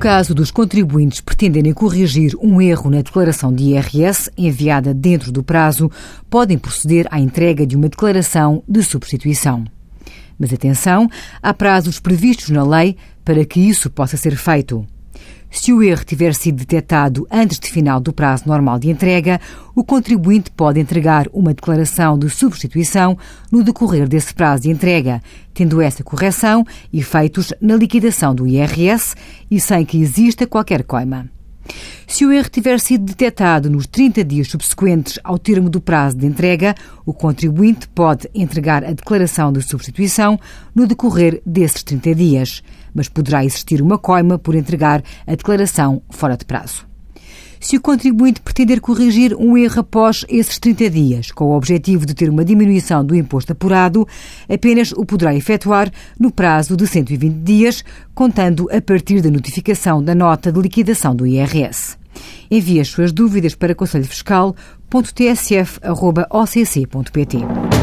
caso dos contribuintes pretenderem corrigir um erro na declaração de IRS enviada dentro do prazo, podem proceder à entrega de uma declaração de substituição. Mas atenção, há prazos previstos na lei para que isso possa ser feito. Se o erro tiver sido detectado antes de final do prazo normal de entrega, o contribuinte pode entregar uma declaração de substituição no decorrer desse prazo de entrega, tendo essa correção efeitos na liquidação do IRS e sem que exista qualquer coima. Se o erro tiver sido detectado nos 30 dias subsequentes ao termo do prazo de entrega, o contribuinte pode entregar a declaração de substituição no decorrer desses 30 dias, mas poderá existir uma coima por entregar a declaração fora de prazo. Se o contribuinte pretender corrigir um erro após esses 30 dias, com o objetivo de ter uma diminuição do imposto apurado, apenas o poderá efetuar no prazo de 120 dias, contando a partir da notificação da nota de liquidação do IRS. Envie as suas dúvidas para conselhofiscal.tsf.occ.pt.